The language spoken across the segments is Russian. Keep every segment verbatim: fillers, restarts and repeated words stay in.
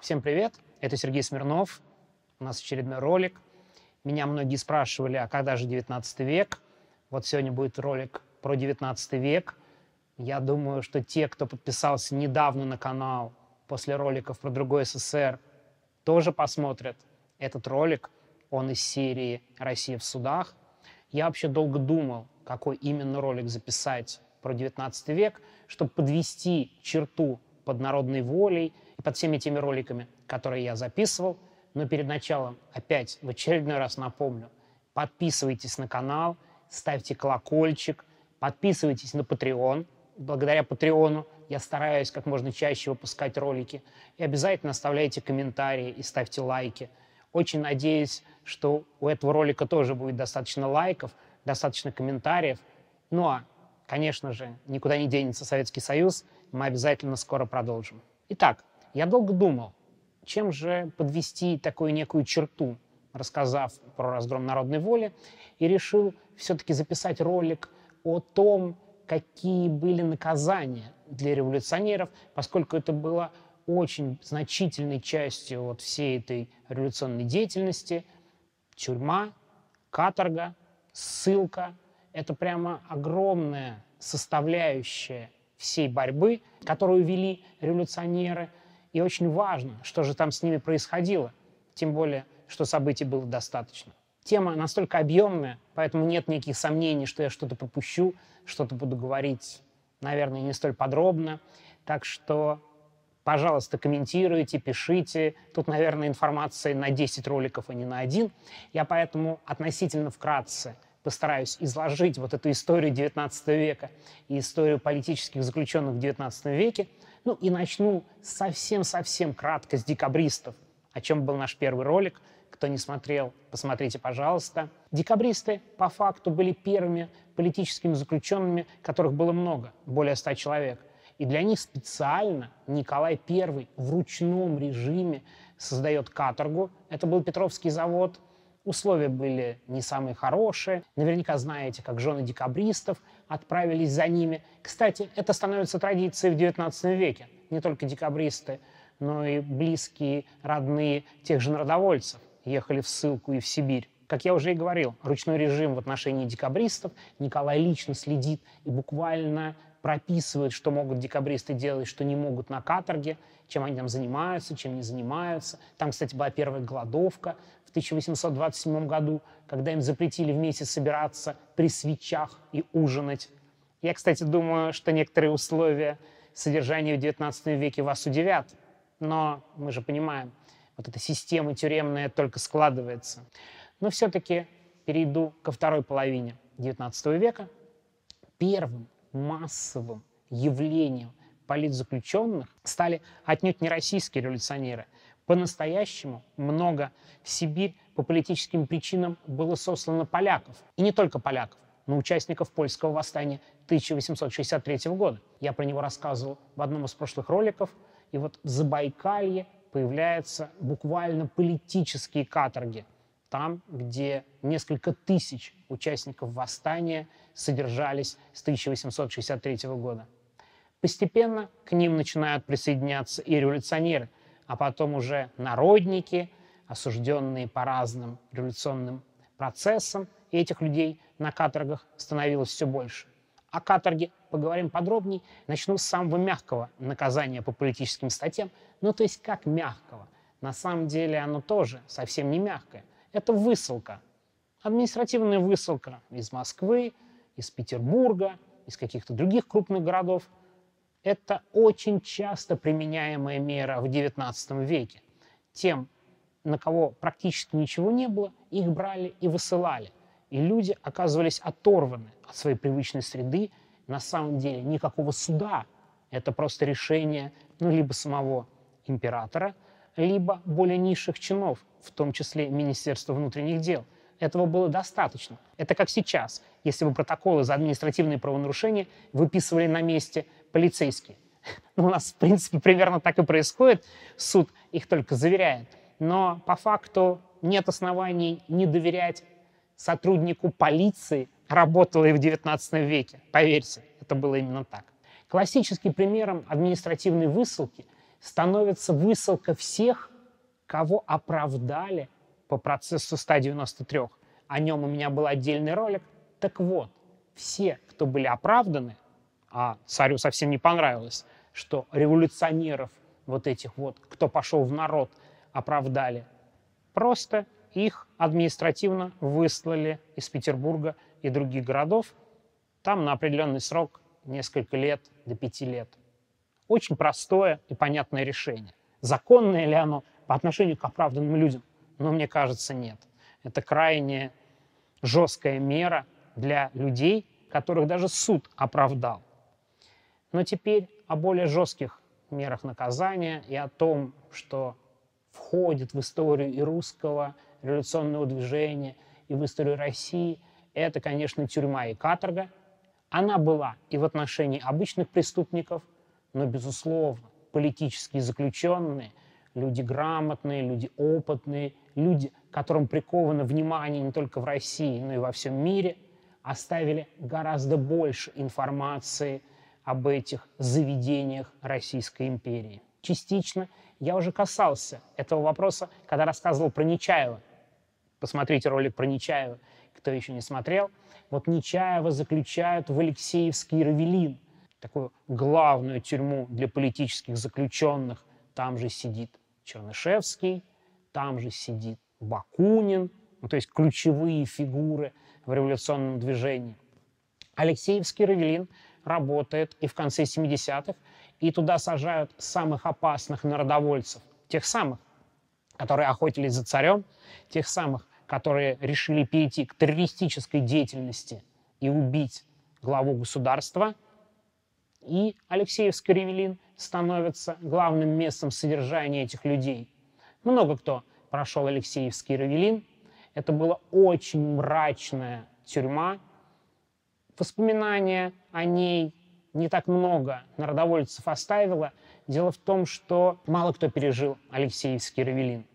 Всем привет, это Сергей Смирнов, у нас очередной ролик. Меня многие спрашивали, а когда же девятнадцатый век? Вот сегодня будет ролик про девятнадцатый век. Я думаю, что те, кто подписался недавно на канал после роликов про другой СССР, тоже посмотрят этот ролик. Он из серии «Россия в судах». Я вообще долго думал, какой именно ролик записать про девятнадцатый век, чтобы подвести черту под народной волей и под всеми теми роликами, которые я записывал. Но перед началом опять в очередной раз напомню, подписывайтесь на канал, ставьте колокольчик, подписывайтесь на Patreon. Благодаря Патреону я стараюсь как можно чаще выпускать ролики. И обязательно оставляйте комментарии и ставьте лайки. Очень надеюсь, что у этого ролика тоже будет достаточно лайков, достаточно комментариев. Ну а, конечно же, никуда не денется Советский Союз. Мы обязательно скоро продолжим. Итак, я долго думал, чем же подвести такую некую черту, рассказав про разгром народной воли, и решил все-таки записать ролик о том, какие были наказания для революционеров, поскольку это было очень значительной частью вот всей этой революционной деятельности. Тюрьма, каторга, ссылка – это прямо огромная составляющая всей борьбы, которую вели революционеры. И очень важно, что же там с ними происходило, тем более, что событий было достаточно. Тема настолько объемная, поэтому нет никаких сомнений, что я что-то пропущу, что-то буду говорить, наверное, не столь подробно. Так что, пожалуйста, комментируйте, пишите. Тут, наверное, информации на десять роликов, а не на один. Я поэтому относительно вкратце постараюсь изложить вот эту историю девятнадцатого века и историю политических заключенных в девятнадцатом веке. Ну и начну совсем-совсем кратко с декабристов, о чем был наш первый ролик. Кто не смотрел, посмотрите, пожалуйста. Декабристы, по факту, были первыми политическими заключенными, которых было много, более ста человек. И для них специально Николай Первый в ручном режиме создает каторгу. Это был Петровский завод. Условия были не самые хорошие. Наверняка знаете, как жены декабристов отправились за ними. Кстати, это становится традицией в девятнадцатом веке. Не только декабристы, но и близкие, родные тех же народовольцев ехали в ссылку и в Сибирь. Как я уже и говорил, ручной режим в отношении декабристов. Николай лично следит и буквально прописывает, что могут декабристы делать, что не могут на каторге, чем они там занимаются, чем не занимаются. Там, кстати, была первая голодовка в тысяча восемьсот двадцать седьмом году, когда им запретили вместе собираться при свечах и ужинать. Я, кстати, думаю, что некоторые условия содержания в девятнадцатом веке вас удивят, но мы же понимаем, вот эта система тюремная только складывается. Но все-таки перейду ко второй половине девятнадцатого века. Первым массовым явлением политзаключенных стали отнюдь не российские революционеры. По-настоящему много в Сибирь по политическим причинам было сослано поляков. И не только поляков, но участников польского восстания тысяча восемьсот шестьдесят третьего года. Я про него рассказывал в одном из прошлых роликов. И вот в Забайкалье появляются буквально политические каторги. Там, где несколько тысяч участников восстания содержались с тысяча восемьсот шестьдесят третьего года. Постепенно к ним начинают присоединяться и революционеры, а потом уже народники, осужденные по разным революционным процессам. И этих людей на каторгах становилось все больше. О каторге поговорим подробнее. Начну с самого мягкого наказания по политическим статьям. Ну, то есть как мягкого? На самом деле оно тоже совсем не мягкое. Это высылка. Административная высылка из Москвы, из Петербурга, из каких-то других крупных городов. Это очень часто применяемая мера в девятнадцатом веке. Тем, на кого практически ничего не было, их брали и высылали. И люди оказывались оторваны от своей привычной среды. На самом деле никакого суда. Это просто решение ну, либо самого императора, либо более низших чинов, в том числе Министерства внутренних дел. Этого было достаточно. Это как сейчас, если бы протоколы за административные правонарушения выписывали на месте полицейские. Ну, у нас, в принципе, примерно так и происходит. Суд их только заверяет. Но по факту нет оснований не доверять сотруднику полиции, работала и в девятнадцатом веке. Поверьте, это было именно так. Классическим примером административной высылки становится высылка всех, кого оправдали по процессу ста девяноста трёх. О нем у меня был отдельный ролик. Так вот, все, кто были оправданы, а царю совсем не понравилось, что революционеров вот этих вот, кто пошел в народ, оправдали, просто их административно выслали из Петербурга и других городов, там на определенный срок, несколько лет до пяти лет. Очень простое и понятное решение. Законное ли оно по отношению к оправданным людям? Но мне кажется, нет. Это крайне жесткая мера для людей, которых даже суд оправдал. Но теперь о более жестких мерах наказания и о том, что входит в историю и русского революционного движения, и в историю России, это, конечно, тюрьма и каторга. Она была и в отношении обычных преступников, но, безусловно, политические заключенные, люди грамотные, люди опытные, люди, которым приковано внимание не только в России, но и во всем мире, оставили гораздо больше информации об этих заведениях Российской империи. Частично я уже касался этого вопроса, когда рассказывал про Нечаева. Посмотрите ролик про Нечаева, кто еще не смотрел. Вот Нечаева заключают в Алексеевский Равелин, такую главную тюрьму для политических заключенных. Там же сидит Чернышевский, там же сидит Бакунин, ну, то есть ключевые фигуры в революционном движении. Алексеевский Равелин работает и в конце семидесятых, и туда сажают самых опасных народовольцев, тех самых, которые охотились за царем, тех самых, которые решили перейти к террористической деятельности и убить главу государства. И Алексеевский Равелин становится главным местом содержания этих людей. Много кто прошел Алексеевский Равелин. Это была очень мрачная тюрьма. Воспоминания о ней не так много народовольцев оставило. Дело в том, что мало кто пережил Алексеевский Равелин.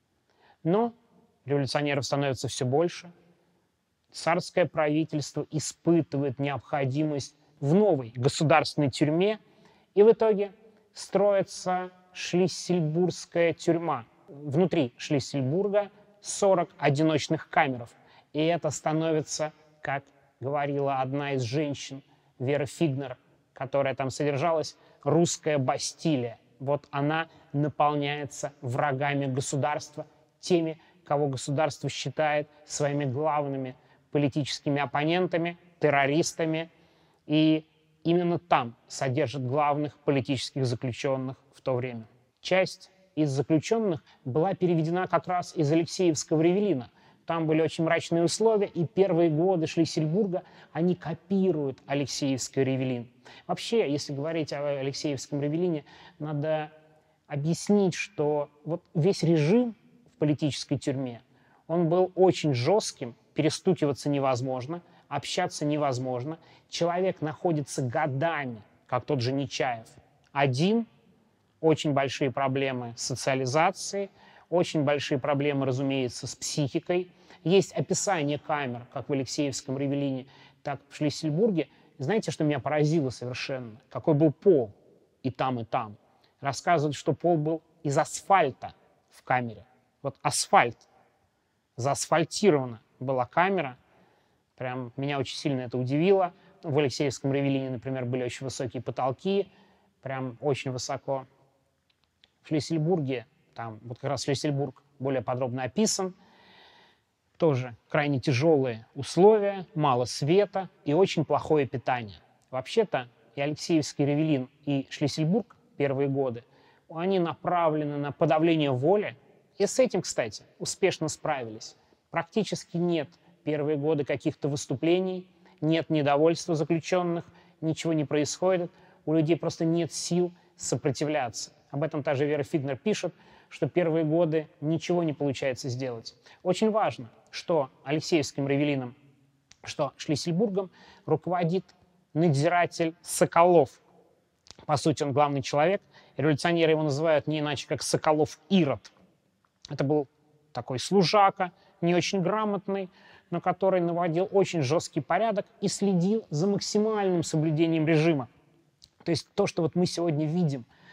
Но революционеров становится все больше. Царское правительство испытывает необходимость в новой государственной тюрьме, и в итоге строится Шлиссельбургская тюрьма. Внутри Шлиссельбурга сорок одиночных камеров. И это становится, как говорила одна из женщин, Вера Фигнер, которая там содержалась, русская Бастилия. Вот она наполняется врагами государства, теми, кого государство считает своими главными политическими оппонентами, террористами. И именно там содержат главных политических заключенных в то время. Часть из заключенных была переведена как раз из Алексеевского Равелина. Там были очень мрачные условия, и первые годы Шлиссельбурга они копируют Алексеевский Равелин. Вообще, если говорить о Алексеевском Равелине, надо объяснить, что вот весь режим в политической тюрьме, он был очень жестким, перестукиваться невозможно, общаться невозможно. Человек находится годами, как тот же Нечаев, один, очень большие проблемы с социализацией, очень большие проблемы, разумеется, с психикой. Есть описание камер, как в Алексеевском Равелине, так в Шлиссельбурге. Знаете, что меня поразило совершенно? Какой был пол и там, и там. Рассказывают, что пол был из асфальта в камере. Вот асфальт. Заасфальтирована была камера. Прям меня очень сильно это удивило. В Алексеевском Равелине, например, были очень высокие потолки. Прям очень высоко. В Шлиссельбурге, там вот как раз Шлиссельбург более подробно описан. Тоже крайне тяжелые условия, мало света и очень плохое питание. Вообще-то и Алексеевский Равелин, и Шлиссельбург первые годы, они направлены на подавление воли. И с этим, кстати, успешно справились. Практически нет первые годы каких-то выступлений, нет недовольства заключенных, ничего не происходит, у людей просто нет сил сопротивляться. Об этом та же Вера Фигнер пишет, что первые годы ничего не получается сделать. Очень важно, что Алексеевским Равелином, что Шлиссельбургом руководит надзиратель Соколов. По сути, он главный человек. Революционеры его называют не иначе, как Соколов-Ирод. Это был такой служака, не очень грамотный, но который наводил очень жесткий порядок и следил за максимальным соблюдением режима. То есть то, что вот мы сегодня видим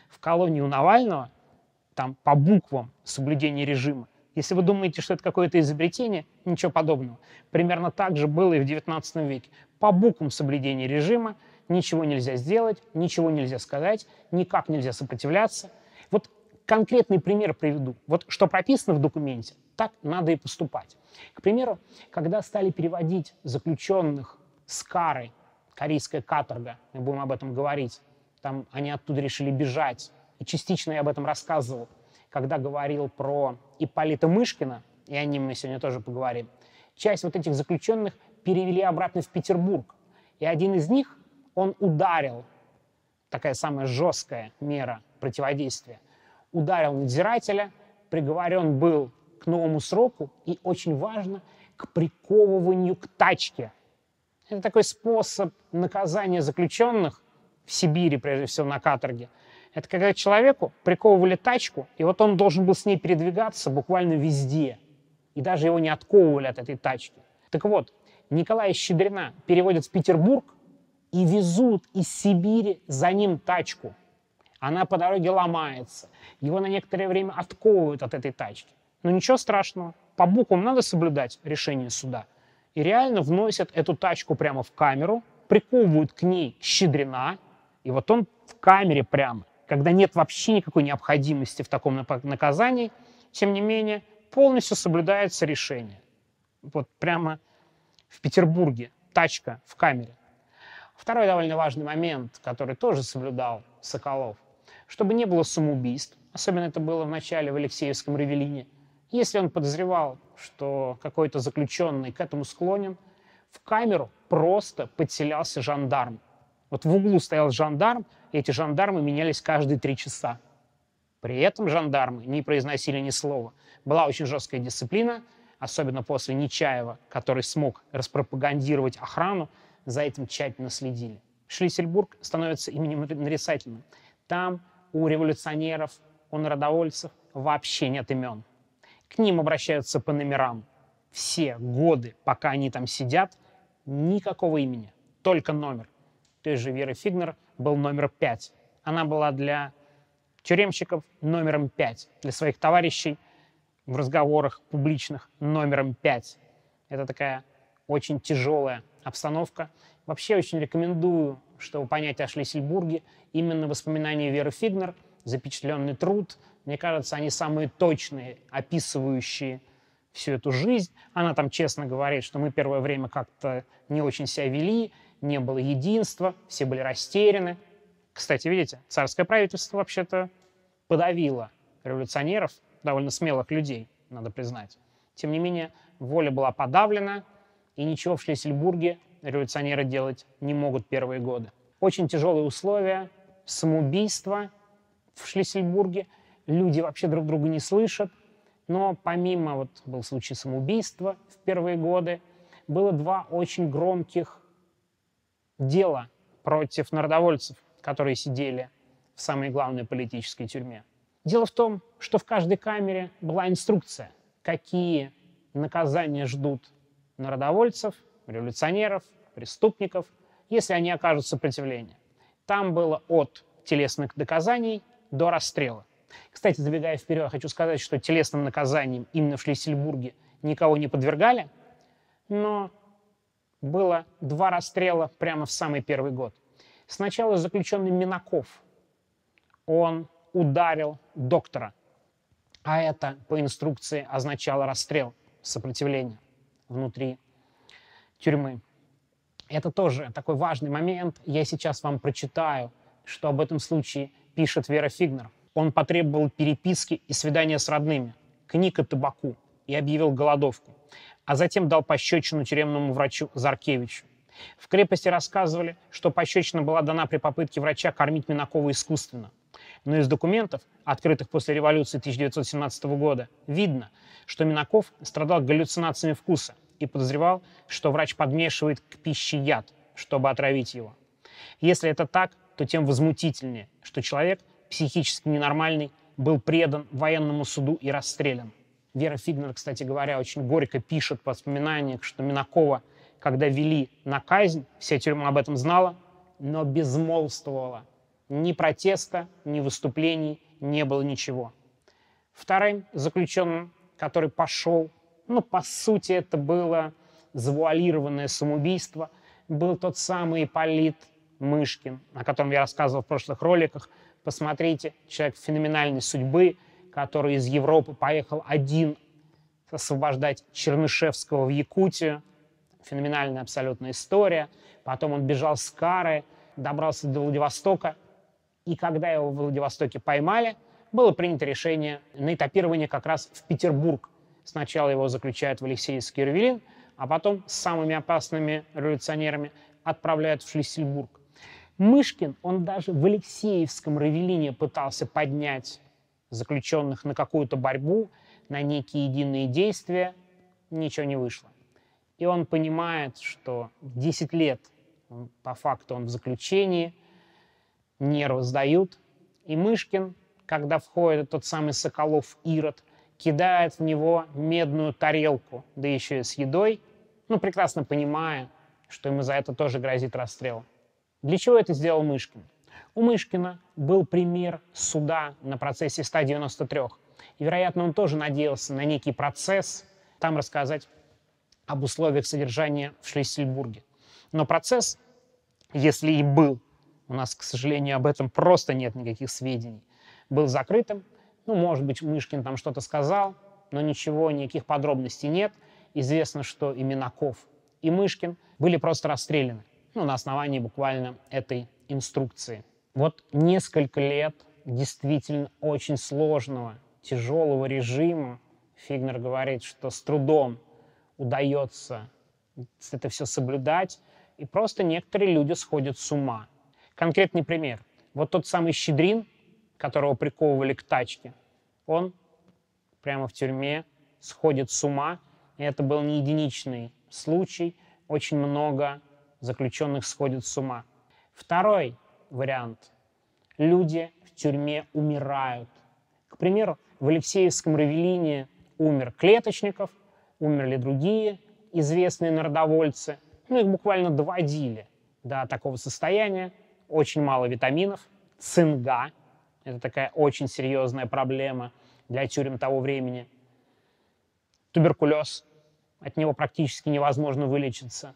В колонии у Навального там по буквам соблюдение режима. Если вы думаете, что это какое-то изобретение, ничего подобного. Примерно так же было и в девятнадцатом веке. По буквам соблюдения режима ничего нельзя сделать, ничего нельзя сказать, никак нельзя сопротивляться. Вот конкретный пример приведу. Вот что прописано в документе, так надо и поступать. К примеру, когда стали переводить заключенных с Кары, корейская каторга, мы будем об этом говорить, там они оттуда решили бежать, и частично я об этом рассказывал, когда говорил про Ипполита Мышкина, и о нем мы сегодня тоже поговорим. Часть вот этих заключенных перевели обратно в Петербург, и один из них, он ударил, такая самая жесткая мера противодействия, ударил надзирателя, приговорен был к новому сроку и, очень важно, к приковыванию к тачке. Это такой способ наказания заключенных в Сибири, прежде всего на каторге. Это когда человеку приковывали тачку, и вот он должен был с ней передвигаться буквально везде. И даже его не отковывали от этой тачки. Так вот, Николая Щедрина переводят в Петербург и везут из Сибири за ним тачку. Она по дороге ломается. Его на некоторое время отковывают от этой тачки. Но ничего страшного. По буквам надо соблюдать решение суда. И реально вносят эту тачку прямо в камеру, приковывают к ней Щедрина, и вот он в камере прямо, когда нет вообще никакой необходимости в таком наказании, тем не менее, полностью соблюдается решение. Вот прямо в Петербурге тачка в камере. Второй довольно важный момент, который тоже соблюдал Соколов, чтобы не было самоубийств, особенно это было в начале в Алексеевском Равелине. Если он подозревал, что какой-то заключенный к этому склонен, в камеру просто подселялся жандарм. Вот в углу стоял жандарм, и эти жандармы менялись каждые три часа. При этом жандармы не произносили ни слова. Была очень жесткая дисциплина, особенно после Нечаева, который смог распропагандировать охрану, за этим тщательно следили. Шлиссельбург становится именем нарицательным. Там у революционеров, у народовольцев вообще нет имен. К ним обращаются по номерам. Все годы, пока они там сидят, никакого имени, только номер. Той же Веры Фигнер был номер пять. Она была для тюремщиков номером пять, для своих товарищей в разговорах публичных номером пять. Это такая очень тяжелая обстановка. Вообще очень рекомендую, чтобы понять о Шлиссельбурге, именно воспоминания Веры Фигнер, запечатленный труд. Мне кажется, они самые точные, описывающие всю эту жизнь. Она там честно говорит, что мы первое время как-то не очень себя вели, не было единства, все были растеряны. Кстати, видите, царское правительство вообще-то подавило революционеров, довольно смелых людей, надо признать. Тем не менее, воля была подавлена, и ничего в Шлиссельбурге революционеры делать не могут первые годы. Очень тяжелые условия, самоубийство в Шлиссельбурге, люди вообще друг друга не слышат. Но помимо, вот был случай самоубийства в первые годы, было два очень громких дела против народовольцев, которые сидели в самой главной политической тюрьме. Дело в том, что в каждой камере была инструкция, какие наказания ждут народовольцев, революционеров, преступников, если они окажут сопротивление. Там было от телесных наказаний до расстрела. Кстати, забегая вперед, хочу сказать, что телесным наказанием именно в Шлиссельбурге никого не подвергали, но было два расстрела прямо в самый первый год. Сначала заключенный Минаков, он ударил доктора, а это по инструкции означало расстрел, сопротивление внутри тюрьмы. Это тоже такой важный момент. Я сейчас вам прочитаю, что об этом случае пишет Вера Фигнер. Он потребовал переписки и свидания с родными, книг и табаку, и объявил голодовку, а затем дал пощечину тюремному врачу Заркевичу. В крепости рассказывали, что пощечина была дана при попытке врача кормить Минакова искусственно. Но из документов, открытых после революции тысяча девятьсот семнадцатого года, видно, что Минаков страдал галлюцинациями вкуса и подозревал, что врач подмешивает к пище яд, чтобы отравить его. Если это так, то тем возмутительнее, что человек, психически ненормальный, был предан военному суду и расстрелян. Вера Фигнер, кстати говоря, очень горько пишет в воспоминаниях, что Минакова, когда вели на казнь, вся тюрьма об этом знала, но безмолвствовала. Ни протеста, ни выступлений, не было ничего. Вторым заключенным, который пошел, ну, по сути, это было завуалированное самоубийство, был тот самый Ипполит Мышкин, о котором я рассказывал в прошлых роликах. Посмотрите, человек феноменальной судьбы, который из Европы поехал один освобождать Чернышевского в Якутию. Феноменальная абсолютная история. Потом он бежал с Кары, добрался до Владивостока. И когда его в Владивостоке поймали, было принято решение на этапирование как раз в Петербург. Сначала его заключают в Алексеевский Ирвелин, а потом с самыми опасными революционерами отправляют в Шлиссельбург. Мышкин, он даже в Алексеевском Равелине пытался поднять заключенных на какую-то борьбу, на некие единые действия. Ничего не вышло. И он понимает, что десять лет, по факту, он в заключении, нервы сдают. И Мышкин, когда входит тот самый Соколов Ирод, кидает в него медную тарелку, да еще и с едой, ну, прекрасно понимая, что ему за это тоже грозит расстрел. Для чего это сделал Мышкин? У Мышкина был пример суда на процессе ста девяноста трёх. И, вероятно, он тоже надеялся на некий процесс, там рассказать об условиях содержания в Шлиссельбурге. Но процесс, если и был, у нас, к сожалению, об этом просто нет никаких сведений, был закрытым. Ну, может быть, Мышкин там что-то сказал, но ничего, никаких подробностей нет. Известно, что и Минаков, и Мышкин были просто расстреляны, ну, на основании буквально этой инструкции. Вот несколько лет действительно очень сложного, тяжелого режима. Фигнер говорит, что с трудом удается это все соблюдать, и просто некоторые люди сходят с ума. Конкретный пример. Вот тот самый Щедрин, которого приковывали к тачке, он прямо в тюрьме сходит с ума. И это был не единичный случай. Очень много заключенных сходит с ума. Второй вариант. Люди в тюрьме умирают. К примеру, в Алексеевском Равелине умер Клеточников, умерли другие известные народовольцы. Ну, их буквально доводили до такого состояния. Очень мало витаминов, цинга. Это такая очень серьезная проблема для тюрем того времени. Туберкулез. От него практически невозможно вылечиться.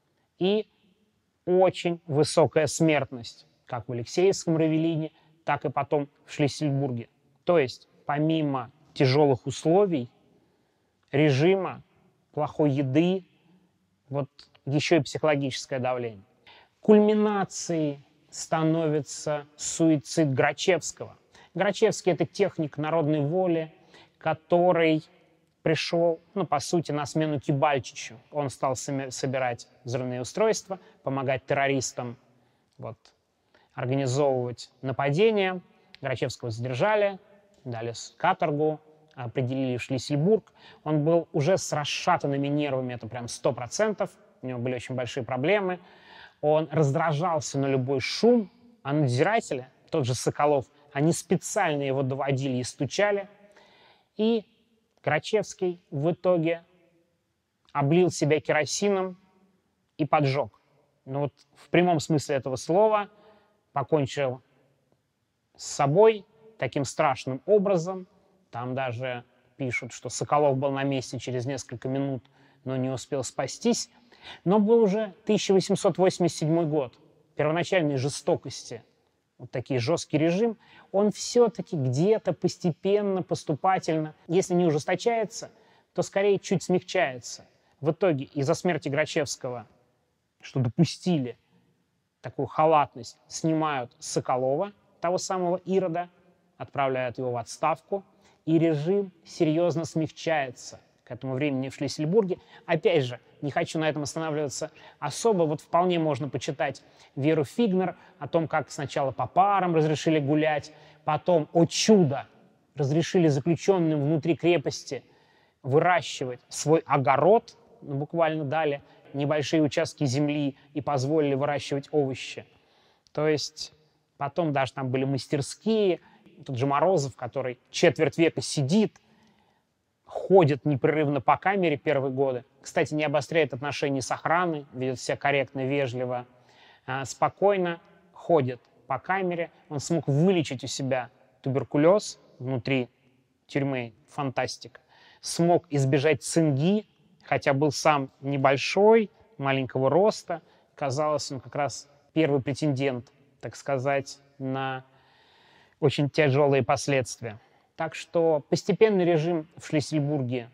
И очень высокая смертность, как в Алексеевском Равелине, так и потом в Шлиссельбурге. То есть, помимо тяжелых условий, режима, плохой еды, вот еще и психологическое давление. Кульминацией становится суицид Грачевского. Грачевский – это техник народной воли, который пришел, ну, по сути, на смену Кибальчичу. Он стал собирать взрывные устройства, помогать террористам вот, организовывать нападения. Грачевского задержали, дали каторгу, определили в Шлиссельбург. Он был уже с расшатанными нервами, это прям сто процентов. У него были очень большие проблемы. Он раздражался на любой шум, а надзиратели, тот же Соколов, они специально его доводили и стучали. И Грачевский в итоге облил себя керосином и поджег. Ну вот в прямом смысле этого слова покончил с собой таким страшным образом. Там даже пишут, что Соколов был на месте через несколько минут, но не успел спастись. Но был уже тысяча восемьсот восемьдесят седьмой год. Первоначальной жестокости, вот такой жесткий режим, он все-таки где-то постепенно, поступательно, если не ужесточается, то скорее чуть смягчается. В итоге из-за смерти Грачевского, что допустили такую халатность, снимают Соколова, того самого Ирода, отправляют его в отставку, и режим серьезно смягчается к этому времени в Шлиссельбурге. Опять же, не хочу на этом останавливаться особо, вот вполне можно почитать Веру Фигнер о том, как сначала по парам разрешили гулять, потом, о чудо, разрешили заключенным внутри крепости выращивать свой огород, ну, буквально дали небольшие участки земли и позволили выращивать овощи. То есть потом даже там были мастерские, тот же Морозов, который четверть века сидит, ходит непрерывно по камере первые годы. Кстати, не обостряет отношения с охраной, ведет себя корректно, вежливо, спокойно ходит по камере, он смог вылечить у себя туберкулез внутри тюрьмы, фантастика, смог избежать цинги, хотя был сам небольшой, маленького роста, казалось, он как раз первый претендент, так сказать, на очень тяжелые последствия. Так что постепенно режим в Шлиссельбурге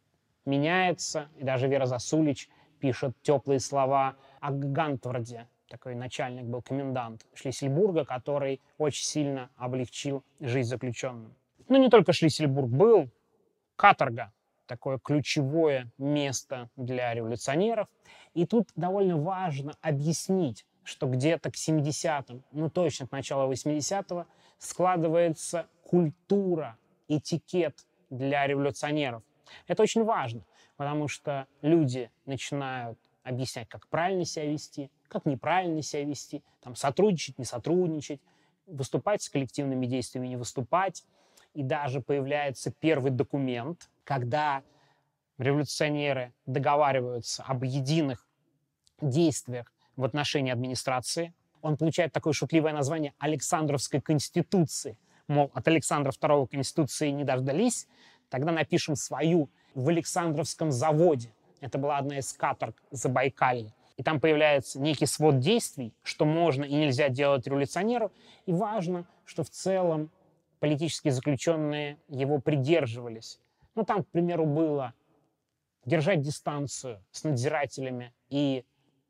меняется, и даже Вера Засулич пишет теплые слова о Гантварде, такой начальник был, комендант Шлиссельбурга, который очень сильно облегчил жизнь заключенным. Но не только Шлиссельбург был, каторга, такое ключевое место для революционеров. И тут довольно важно объяснить, что где-то к семидесятым, ну точно к началу восьмидесятого, складывается культура, этикет для революционеров. Это очень важно, потому что люди начинают объяснять, как правильно себя вести, как неправильно себя вести, там, сотрудничать, не сотрудничать, выступать с коллективными действиями, не выступать. И даже появляется первый документ, когда революционеры договариваются об единых действиях в отношении администрации. Он получает такое шутливое название «Александровской конституции». Мол, от Александра второго конституции не дождались, тогда напишем свою в Александровском заводе. Это была одна из каторг Забайкалья. И там появляется некий свод действий, что можно и нельзя делать революционеру. И важно, что в целом политические заключенные его придерживались. Ну, там, к примеру, было держать дистанцию с надзирателями и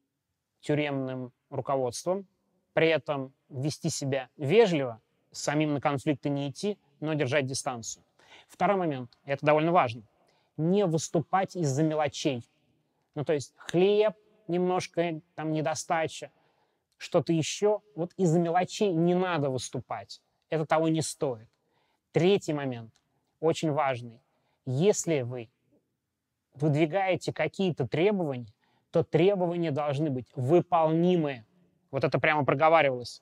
тюремным руководством, при этом вести себя вежливо, самим на конфликты не идти, но держать дистанцию. Второй момент, и это довольно важно, не выступать из-за мелочей. Ну, то есть хлеб, немножко там недостача, что-то еще. Вот из-за мелочей не надо выступать. Это того не стоит. Третий момент, очень важный. Если вы выдвигаете какие-то требования, то требования должны быть выполнимые. Вот это прямо проговаривалось.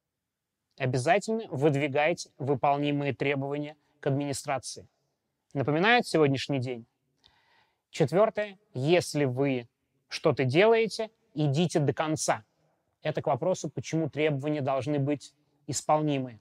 Обязательно выдвигайте выполнимые требования к администрации. Напоминает сегодняшний день? Четвертое. Если вы что-то делаете, идите до конца. Это к вопросу, почему требования должны быть исполнимые.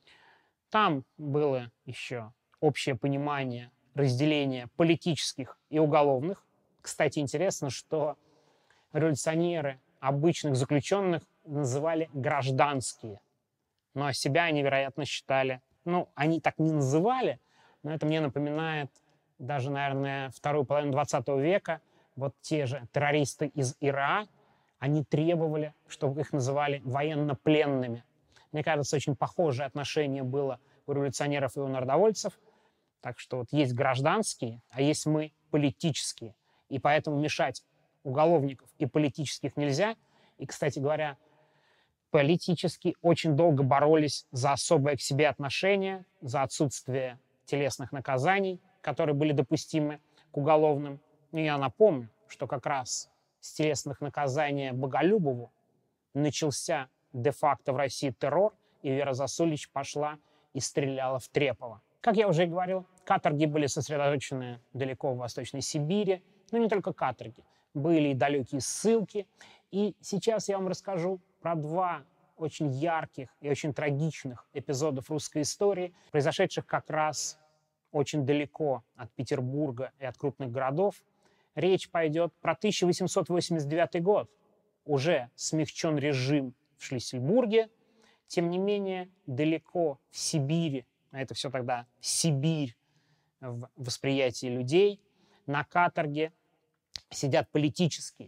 Там было еще общее понимание разделения политических и уголовных. Кстати, интересно, что революционеры обычных заключенных называли гражданские. Но себя они, вероятно, считали... Ну, они так не называли, но это мне напоминает даже, наверное, вторую половину двадцатого века. Вот те же террористы из ИРА, они требовали, чтобы их называли военнопленными. Мне кажется, очень похожее отношение было у революционеров и у народовольцев. Так что вот есть гражданские, а есть мы политические. И поэтому мешать уголовников и политических нельзя. И, кстати говоря, политически очень долго боролись за особое к себе отношение, за отсутствие телесных наказаний, которые были допустимы к уголовным. И я напомню, что как раз с телесных наказаний Боголюбову начался де-факто в России террор, и Вера Засулич пошла и стреляла в Трепова. Как я уже и говорил, каторги были сосредоточены далеко в Восточной Сибири, но не только каторги. Были и далекие ссылки. И сейчас я вам расскажу про два очень ярких и очень трагичных эпизодов русской истории, произошедших как раз очень далеко от Петербурга и от крупных городов. Речь пойдет про тысяча восемьсот восемьдесят девятый год. Уже смягчен режим в Шлиссельбурге. Тем не менее, далеко в Сибири, а это все тогда Сибирь в восприятии людей, на каторге сидят политические.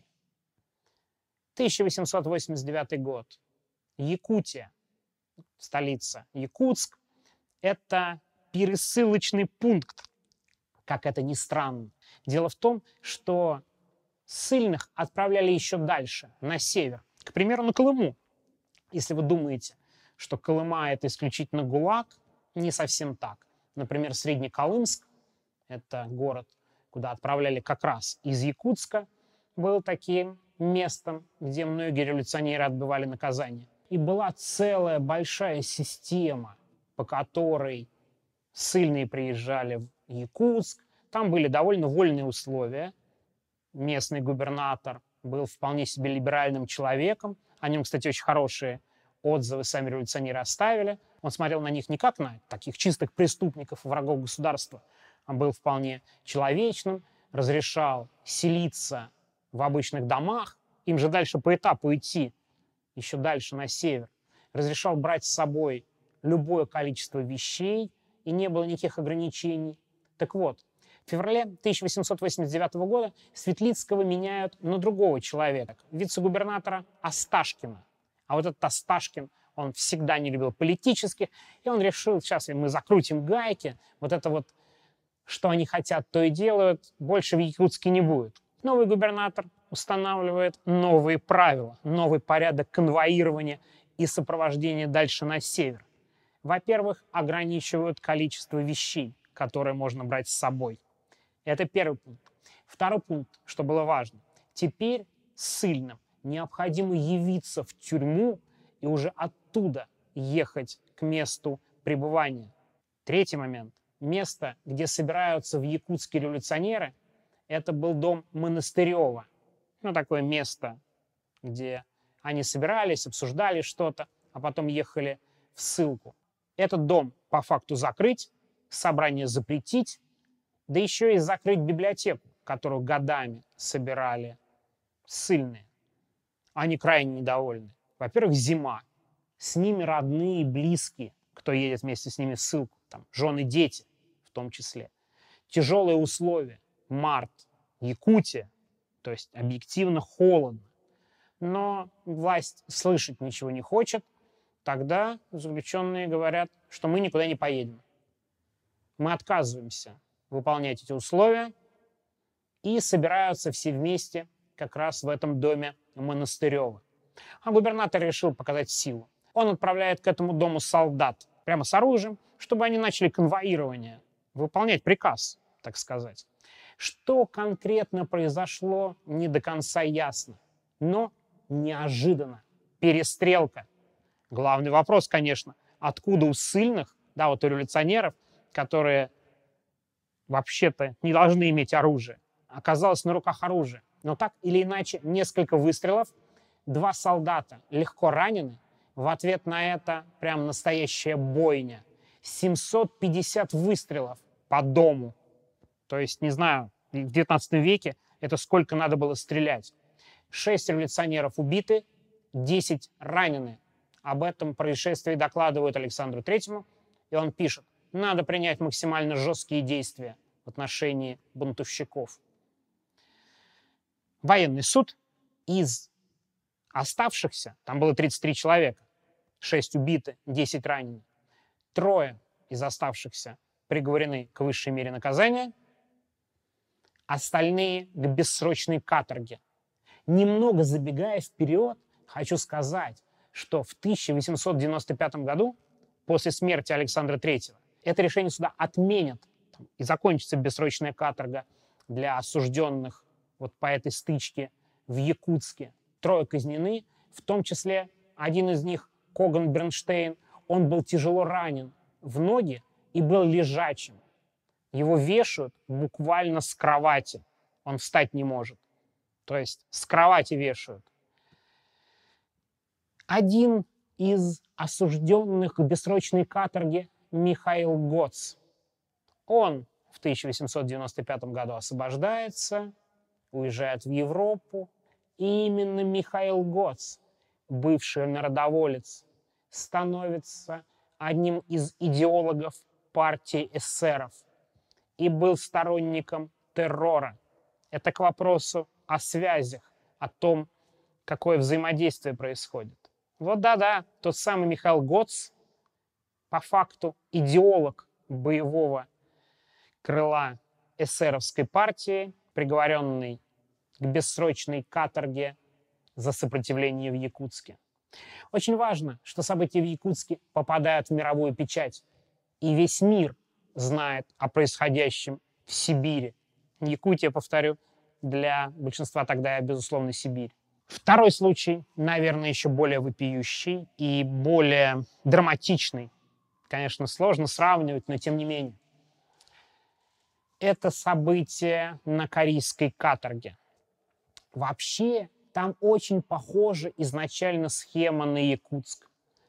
тысяча восемьсот восемьдесят девятый год. Якутия, столица Якутск, это пересылочный пункт, как это ни странно. Дело в том, что ссыльных отправляли еще дальше, на север, к примеру, на Колыму. Если вы думаете, что Колыма — это исключительно ГУЛАГ, не совсем так. Например, Среднеколымск, это город, куда отправляли как раз из Якутска, был таким местом, где многие революционеры отбывали наказание. И была целая большая система, по которой ссыльные приезжали в Якутск. Там были довольно вольные условия. Местный губернатор был вполне себе либеральным человеком. О нем, кстати, очень хорошие отзывы сами революционеры оставили. Он смотрел на них не как на таких чистых преступников, врагов государства, а был вполне человечным, разрешал селиться в обычных домах, им же дальше по этапу идти, еще дальше на север, разрешал брать с собой любое количество вещей, и не было никаких ограничений. Так вот, в феврале тысяча восемьсот восемьдесят девятого года Светлицкого меняют на другого человека, вице-губернатора Осташкина. А вот этот Осташкин, он всегда не любил политических, и он решил, сейчас мы закрутим гайки, вот это вот, что они хотят, то и делают, больше в Якутске не будет. Новый губернатор устанавливает новые правила, новый порядок конвоирования и сопровождения дальше на север. Во-первых, ограничивают количество вещей, которые можно брать с собой. Это первый пункт. Второй пункт, что было важно. Теперь ссыльным необходимо явиться в тюрьму и уже оттуда ехать к месту пребывания. Третий момент. Место, где собираются в Якутске революционеры, это был дом Монастырева. Ну, такое место, где они собирались, обсуждали что-то, а потом ехали в ссылку. Этот дом по факту закрыть, собрание запретить, да еще и закрыть библиотеку, которую годами собирали ссыльные. Они крайне недовольны. Во-первых, зима. С ними родные, близкие, кто едет вместе с ними в ссылку, там, жены, дети в том числе. Тяжелые условия. Март, Якутия, то есть объективно холодно. Но власть слышать ничего не хочет. Тогда заключенные говорят, что мы никуда не поедем. Мы отказываемся выполнять эти условия и собираются все вместе как раз в этом доме Монастырева. А губернатор решил показать силу. Он отправляет к этому дому солдат прямо с оружием, чтобы они начали конвоирование, выполнять приказ, так сказать. Что конкретно произошло, не до конца ясно. Но неожиданно. Перестрелка. Главный вопрос, конечно, откуда у ссыльных, да, вот у революционеров, которые вообще-то не должны иметь оружие, оказалось на руках оружие. Но так или иначе, несколько выстрелов, два солдата легко ранены. В ответ на это прям настоящая бойня. семьсот пятьдесят выстрелов по дому. То есть, не знаю, в девятнадцатом веке это сколько надо было стрелять. Шесть революционеров убиты, десять ранены. Об этом происшествии докладывают Александру Третьему, и он пишет: надо принять максимально жесткие действия в отношении бунтовщиков. Военный суд. Из оставшихся, там было тридцать три человека, шесть убиты, десять ранены. Трое из оставшихся приговорены к высшей мере наказания, остальные к бессрочной каторге. Немного забегая вперед, хочу сказать, что в тысяча восемьсот девяносто пятом году, после смерти Александра Третьего, это решение суда отменят, и закончится бессрочная каторга для осужденных вот по этой стычке в Якутске. Трое казнены, в том числе один из них, Коган Бернштейн, он был тяжело ранен в ноги и был лежачим. Его вешают буквально с кровати, он встать не может. То есть с кровати вешают. Один из осужденных к бессрочной каторге Михаил Гоц. Он в тысяча восемьсот девяносто пятом году освобождается, уезжает в Европу. И именно Михаил Гоц, бывший народоволец, становится одним из идеологов партии эсеров и был сторонником террора. Это к вопросу о связях, о том, какое взаимодействие происходит. Вот да-да, тот самый Михаил Гоц, по факту идеолог боевого крыла эсеровской партии, приговоренный к бессрочной каторге за сопротивление в Якутске. Очень важно, что события в Якутске попадают в мировую печать, и весь мир знает о происходящем в Сибири. Якутия, повторю, для большинства тогда, безусловно, Сибирь. Второй случай, наверное, еще более вопиющий и более драматичный. Конечно, сложно сравнивать, но тем не менее. Это событие на Карийской каторге. Вообще, там очень похожа изначально схема на Якутск.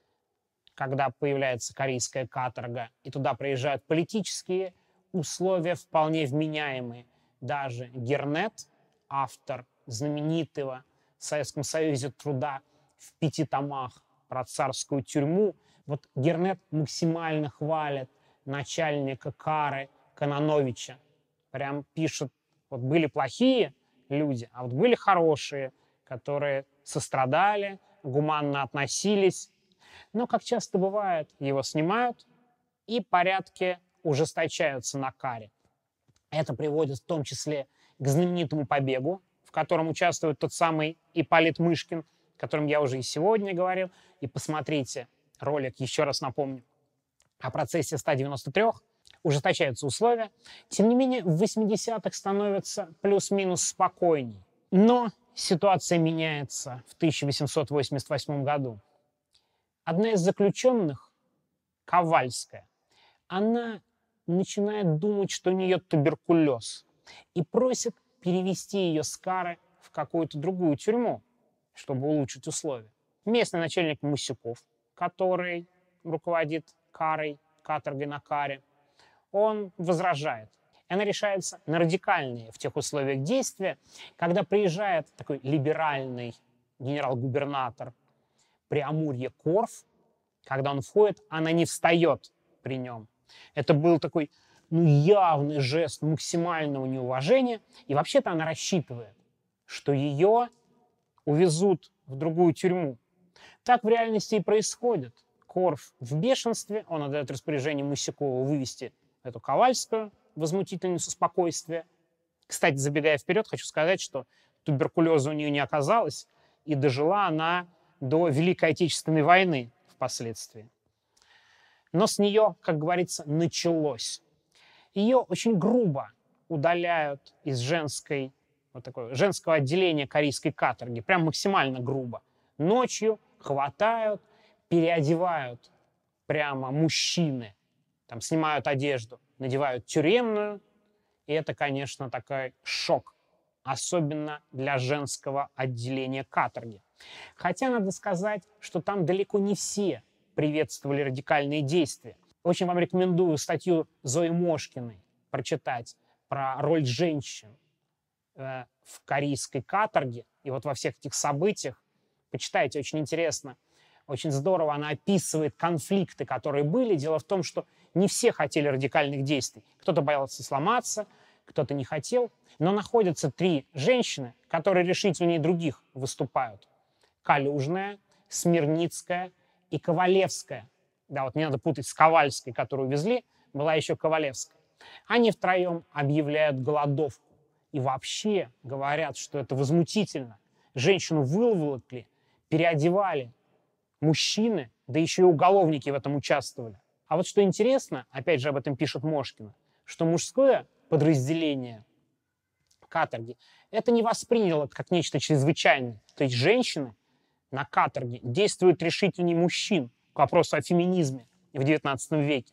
когда появляется корейская каторга, и туда приезжают политические условия вполне вменяемые. Даже Гернет, автор знаменитого в Советском Союзе труда в пяти томах про царскую тюрьму, вот Гернет максимально хвалит начальника кары Кононовича. Прям пишет, вот были плохие люди, а вот были хорошие, которые сострадали, гуманно относились. Но, как часто бывает, его снимают, и порядки ужесточаются на каре. Это приводит в том числе к знаменитому «Побегу», в котором участвует тот самый Ипполит Мышкин, о котором я уже и сегодня говорил. И посмотрите ролик, еще раз напомню, о процессе ста девяноста трёх. Ужесточаются условия. Тем не менее, в восьмидесятых становится плюс-минус спокойней. Но ситуация меняется в тысяча восемьсот восемьдесят восьмом году. Одна из заключенных, Ковальская, она начинает думать, что у нее туберкулез, и просит перевести ее с кары в какую-то другую тюрьму, чтобы улучшить условия. Местный начальник Мусюков, который руководит карой, каторгой на каре, он возражает. И она решается на радикальные в тех условиях действия, когда приезжает такой либеральный генерал-губернатор Преамурье Корф. Когда он входит, она не встает при нем. Это был такой ну, явный жест максимального неуважения. И вообще-то она рассчитывает, что ее увезут в другую тюрьму. Так в реальности и происходит. Корф в бешенстве, он отдает распоряжение Мусюкову вывести эту Ковальскую, возмутительницу спокойствия. Кстати, забегая вперед, хочу сказать, что туберкулеза у нее не оказалось, и дожила она до Великой Отечественной войны впоследствии. Но с нее, как говорится, началось. Ее очень грубо удаляют из женской, вот такой, женского отделения корейской каторги, прям максимально грубо. Ночью хватают, переодевают прямо мужчины, там снимают одежду, надевают тюремную, и это, конечно, такой шок, особенно для женского отделения каторги. Хотя надо сказать, что там далеко не все приветствовали радикальные действия. Очень вам рекомендую статью Зои Мошкиной прочитать про роль женщин э, в корейской каторге. И вот во всех этих событиях почитайте, очень интересно, очень здорово она описывает конфликты, которые были. Дело в том, что не все хотели радикальных действий. Кто-то боялся сломаться, кто-то не хотел. Но находятся три женщины, которые решительнее других выступают. Калюжная, Смирницкая и Ковалевская. Да, вот не надо путать с Ковальской, которую увезли, была еще Ковалевская. Они втроем объявляют голодовку. И вообще говорят, что это возмутительно. Женщину выволокли, переодевали. Мужчины, да еще и уголовники в этом участвовали. А вот что интересно, опять же об этом пишет Мошкина, что мужское подразделение каторги это не восприняло как нечто чрезвычайное. То есть женщины на каторге действуют решительнее мужчин к вопросу о феминизме в девятнадцатом веке.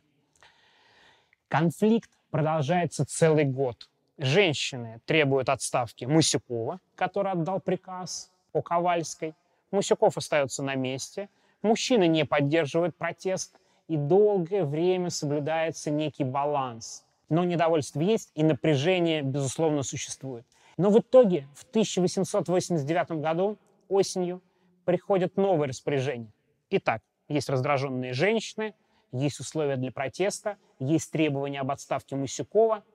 Конфликт продолжается целый год. Женщины требуют отставки Мусюкова, который отдал приказ о Ковальской. Мусюков остается на месте. Мужчины не поддерживают протест. И долгое время соблюдается некий баланс. Но недовольство есть, и напряжение, безусловно, существует. Но в итоге в тысяча восемьсот восемьдесят девятом году осенью приходят новые распоряжения. Итак, есть раздраженные женщины, есть условия для протеста, есть требования об отставке Мусюкова.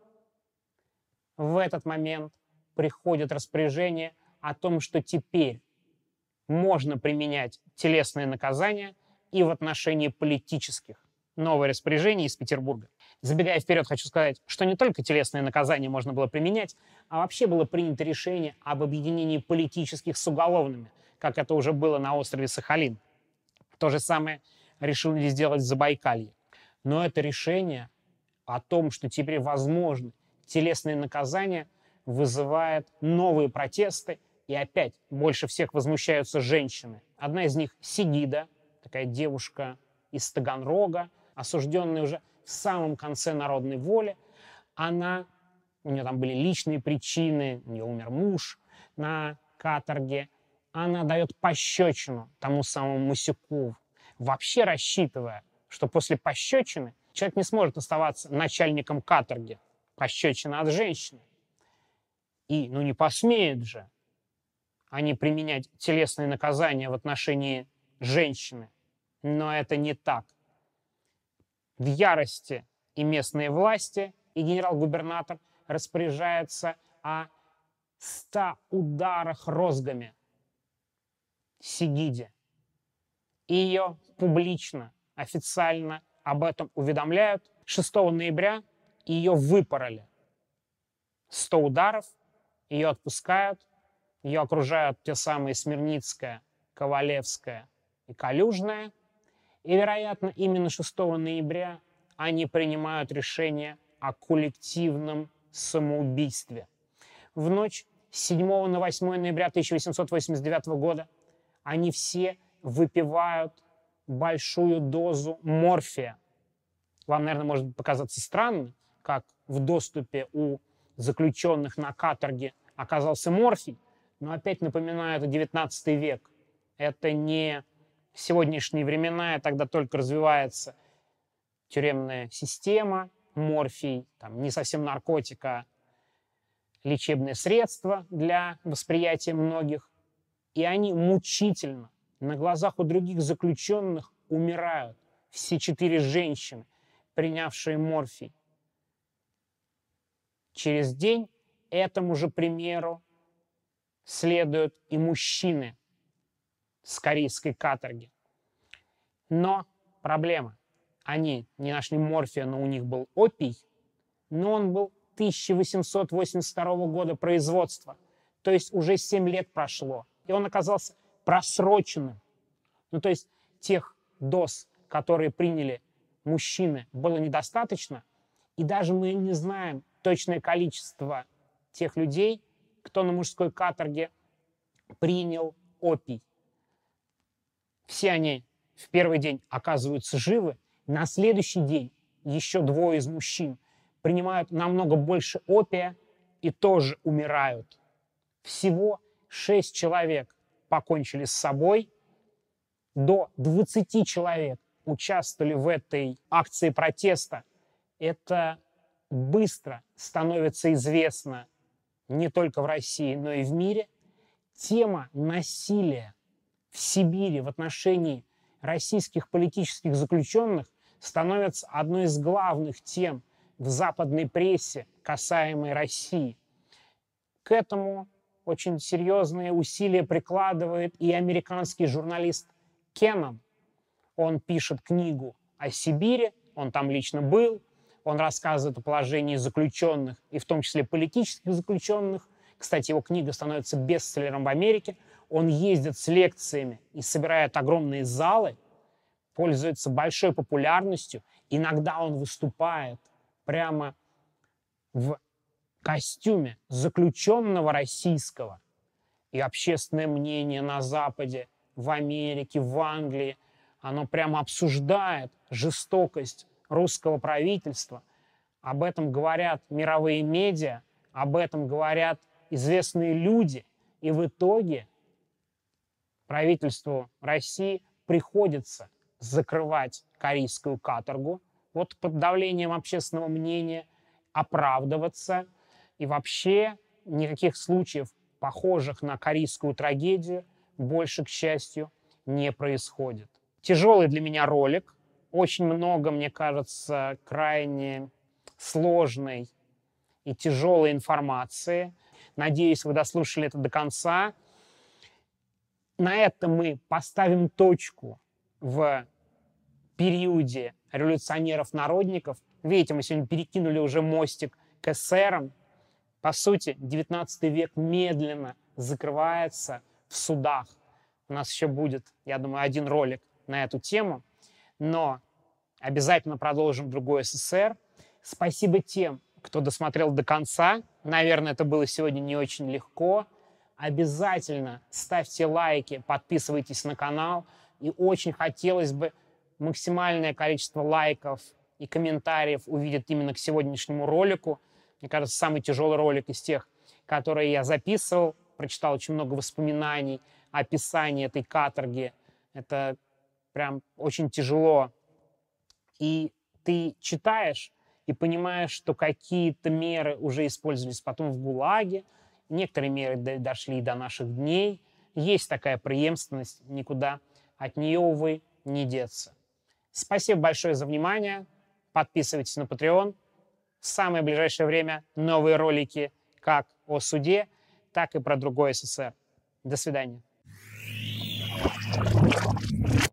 В этот момент приходит распоряжение о том, что теперь можно применять телесные наказания и в отношении политических. Новое распоряжение из Петербурга. Забегая вперед, хочу сказать, что не только телесные наказания можно было применять, а вообще было принято решение об объединении политических с уголовными, как это уже было на острове Сахалин. То же самое решили сделать в Забайкалье. Но это решение о том, что теперь возможны телесные наказания, вызывает новые протесты, и опять больше всех возмущаются женщины. Одна из них Сигида, такая девушка из Таганрога, осужденная уже в самом конце народной воли. Она, у нее там были личные причины, у нее умер муж на каторге. Она дает пощечину тому самому Мусюкову. вообще рассчитывая, что после пощечины человек не сможет оставаться начальником каторги. Пощечина от женщины. И, ну, не посмеют же они применять телесные наказания в отношении женщины. Но это не так. В ярости и местные власти, и генерал-губернатор распоряжаются о ста ударах розгами Сигиде. И ее публично, официально об этом уведомляют. шестого ноября ее выпороли. сто ударов, ее отпускают, ее окружают те самые Смирницкая, Ковалевская и Калюжная. И, вероятно, именно шестого ноября они принимают решение о коллективном самоубийстве. В ночь с седьмого на восьмое ноября тысяча восемьсот восемьдесят девятого года они все выпивают большую дозу морфия. Вам, наверное, может показаться странно, как в доступе у заключенных на каторге оказался морфий, но опять напоминаю, это девятнадцатый век. Это не сегодняшние времена, тогда только развивается тюремная система, морфий, там, не совсем наркотик, а лечебное средство для восприятия многих. И они мучительно на глазах у других заключенных умирают. Все четыре женщины, принявшие морфий. Через день этому же примеру следуют и мужчины с корейской каторги. Но проблема. Они не нашли морфия, но у них был опий, но он был тысяча восемьсот восемьдесят второго года производства. То есть уже семь лет прошло. И он оказался просроченным. Ну, то есть тех доз, которые приняли мужчины, было недостаточно. И даже мы не знаем точное количество тех людей, кто на мужской каторге принял опий. Все они в первый день оказываются живы. На следующий день еще двое из мужчин принимают намного больше опия и тоже умирают. Всего шесть человек покончили с собой. До двадцати человек участвовали в этой акции протеста. Это быстро становится известно не только в России, но и в мире. Тема насилия в Сибири в отношении российских политических заключенных становится одной из главных тем в западной прессе, касаемой России. К этому очень серьезные усилия прикладывает и американский журналист Кеннон. Он пишет книгу о Сибири, он там лично был, он рассказывает о положении заключенных, и в том числе политических заключенных. Кстати, его книга становится бестселлером в Америке. Он ездит с лекциями и собирает огромные залы, пользуется большой популярностью. Иногда он выступает прямо в костюме заключенного российского. И общественное мнение на Западе, в Америке, в Англии, оно прямо обсуждает жестокость русского правительства. Об этом говорят мировые медиа, об этом говорят известные люди. И в итоге правительству России приходится закрывать корейскую каторгу вот под давлением общественного мнения, оправдываться. И вообще никаких случаев, похожих на корейскую трагедию, больше, к счастью, не происходит. Тяжелый для меня ролик. Очень много, мне кажется, крайне сложной и тяжелой информации. Надеюсь, вы дослушали это до конца. На этом мы поставим точку в периоде революционеров-народников. Видите, мы сегодня перекинули уже мостик к эсерам. По сути, девятнадцатый век медленно закрывается в судах. У нас еще будет, я думаю, один ролик на эту тему. Но обязательно продолжим другой СССР. Спасибо тем, кто досмотрел до конца. Наверное, это было сегодня не очень легко. Обязательно ставьте лайки, подписывайтесь на канал. И очень хотелось бы максимальное количество лайков и комментариев увидеть именно к сегодняшнему ролику. Мне кажется, самый тяжелый ролик из тех, которые я записывал. Прочитал очень много воспоминаний, описаний этой каторги. Это прям очень тяжело. И ты читаешь и понимаешь, что какие-то меры уже использовались потом в ГУЛАГе, некоторые меры дошли до наших дней. Есть такая преемственность, никуда от нее, увы, не деться. Спасибо большое за внимание. Подписывайтесь на Patreon. В самое ближайшее время новые ролики как о суде, так и про другой СССР. До свидания.